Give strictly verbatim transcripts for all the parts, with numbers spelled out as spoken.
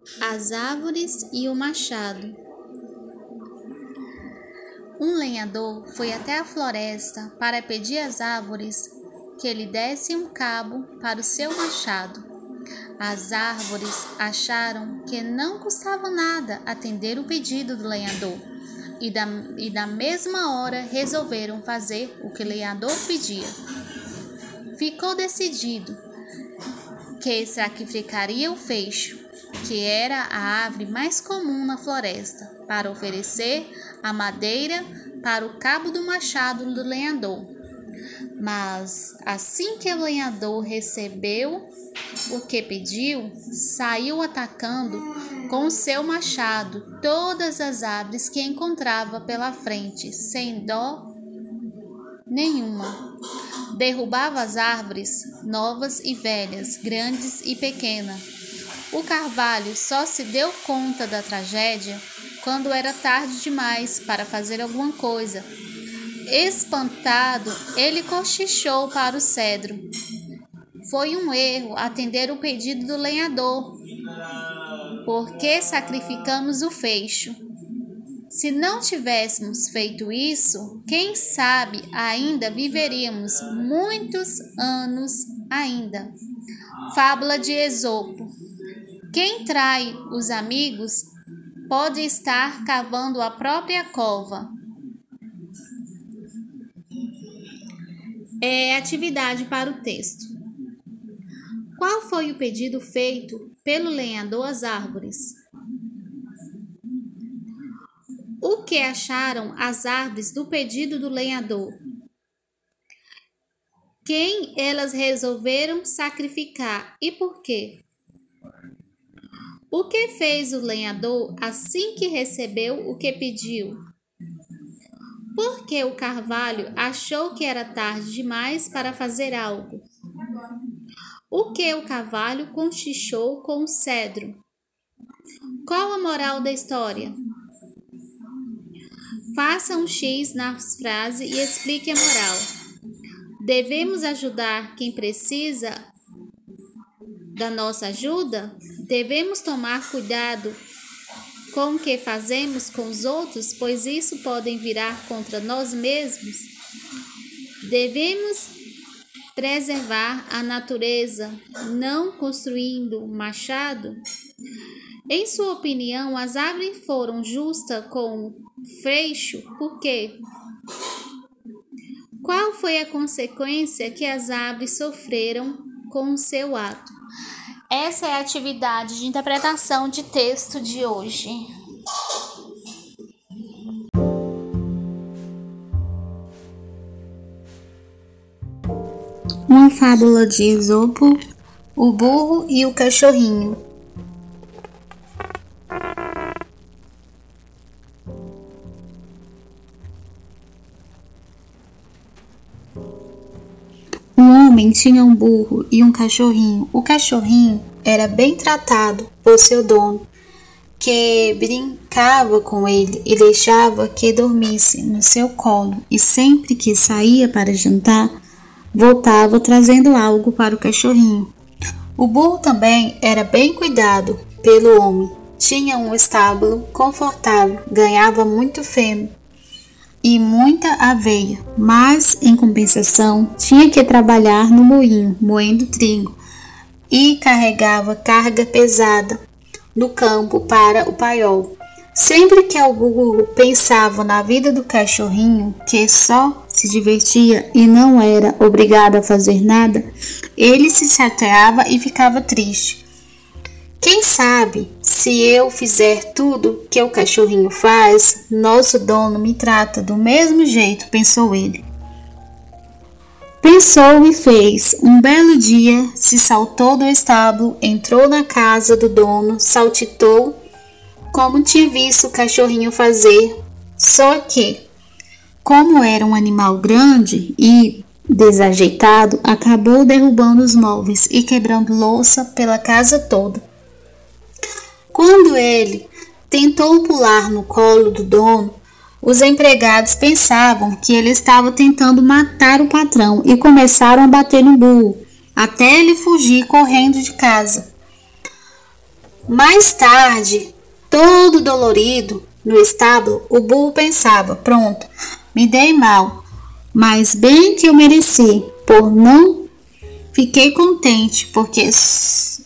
As árvores e o machado. Um lenhador foi até a floresta para pedir às árvores que lhe dessem um cabo para o seu machado. As árvores acharam que não custava nada atender o pedido do lenhador e da, e da mesma hora resolveram fazer o que o lenhador pedia. Ficou decidido que sacrificaria o feixe, que era a árvore mais comum na floresta, para oferecer a madeira para o cabo do machado do lenhador. Mas assim que o lenhador recebeu o que pediu, saiu atacando com seu machado todas as árvores que encontrava pela frente, sem dó nenhuma. Derrubava as árvores novas e velhas, grandes e pequenas. O carvalho só se deu conta da tragédia quando era tarde demais para fazer alguma coisa. Espantado, ele cochichou para o cedro. Foi um erro atender o pedido do lenhador, porque sacrificamos o feixe. Se não tivéssemos feito isso, quem sabe ainda viveríamos muitos anos ainda. Fábula de Esopo. Quem trai os amigos pode estar cavando a própria cova. É atividade para o texto. Qual foi o pedido feito pelo lenhador às árvores? O que acharam as árvores do pedido do lenhador? Quem elas resolveram sacrificar e por quê? O que fez o lenhador assim que recebeu o que pediu? Por que o carvalho achou que era tarde demais para fazer algo? O que o carvalho cochichou com o cedro? Qual a moral da história? Faça um X na frase e explique a moral. Devemos ajudar quem precisa da nossa ajuda? Devemos tomar cuidado com o que fazemos com os outros, pois isso pode virar contra nós mesmos. Devemos preservar a natureza, não construindo um machado. Em sua opinião, as árvores foram justas com o feixe, por quê? Qual foi a consequência que as árvores sofreram com o seu ato? Essa é a atividade de interpretação de texto de hoje. Uma fábula de Esopo, o burro e o cachorrinho. Um homem tinha um burro e um cachorrinho. O cachorrinho era bem tratado por seu dono, que brincava com ele e deixava que dormisse no seu colo, e sempre que saía para jantar, voltava trazendo algo para o cachorrinho. O burro também era bem cuidado pelo homem. Tinha um estábulo confortável, ganhava muito feno e muita aveia, mas, em compensação, tinha que trabalhar no moinho, moendo trigo, e carregava carga pesada no campo para o paiol. Sempre que o burro pensava na vida do cachorrinho, que só se divertia e não era obrigado a fazer nada, ele se chateava e ficava triste. Quem sabe, se eu fizer tudo que o cachorrinho faz, nosso dono me trata do mesmo jeito, pensou ele. Pensou e fez. Um belo dia, se saltou do estábulo, entrou na casa do dono, saltitou, como tinha visto o cachorrinho fazer. Só que, como era um animal grande e desajeitado, acabou derrubando os móveis e quebrando louça pela casa toda. Quando ele tentou pular no colo do dono, os empregados pensavam que ele estava tentando matar o patrão e começaram a bater no burro, até ele fugir correndo de casa. Mais tarde, todo dolorido, no estábulo, o burro pensava: pronto, me dei mal, mas bem que eu mereci, por não fiquei contente, porque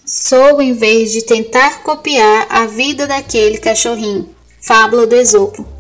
sou em vez de tentar copiar a vida daquele cachorrinho. Fábula do Esopo.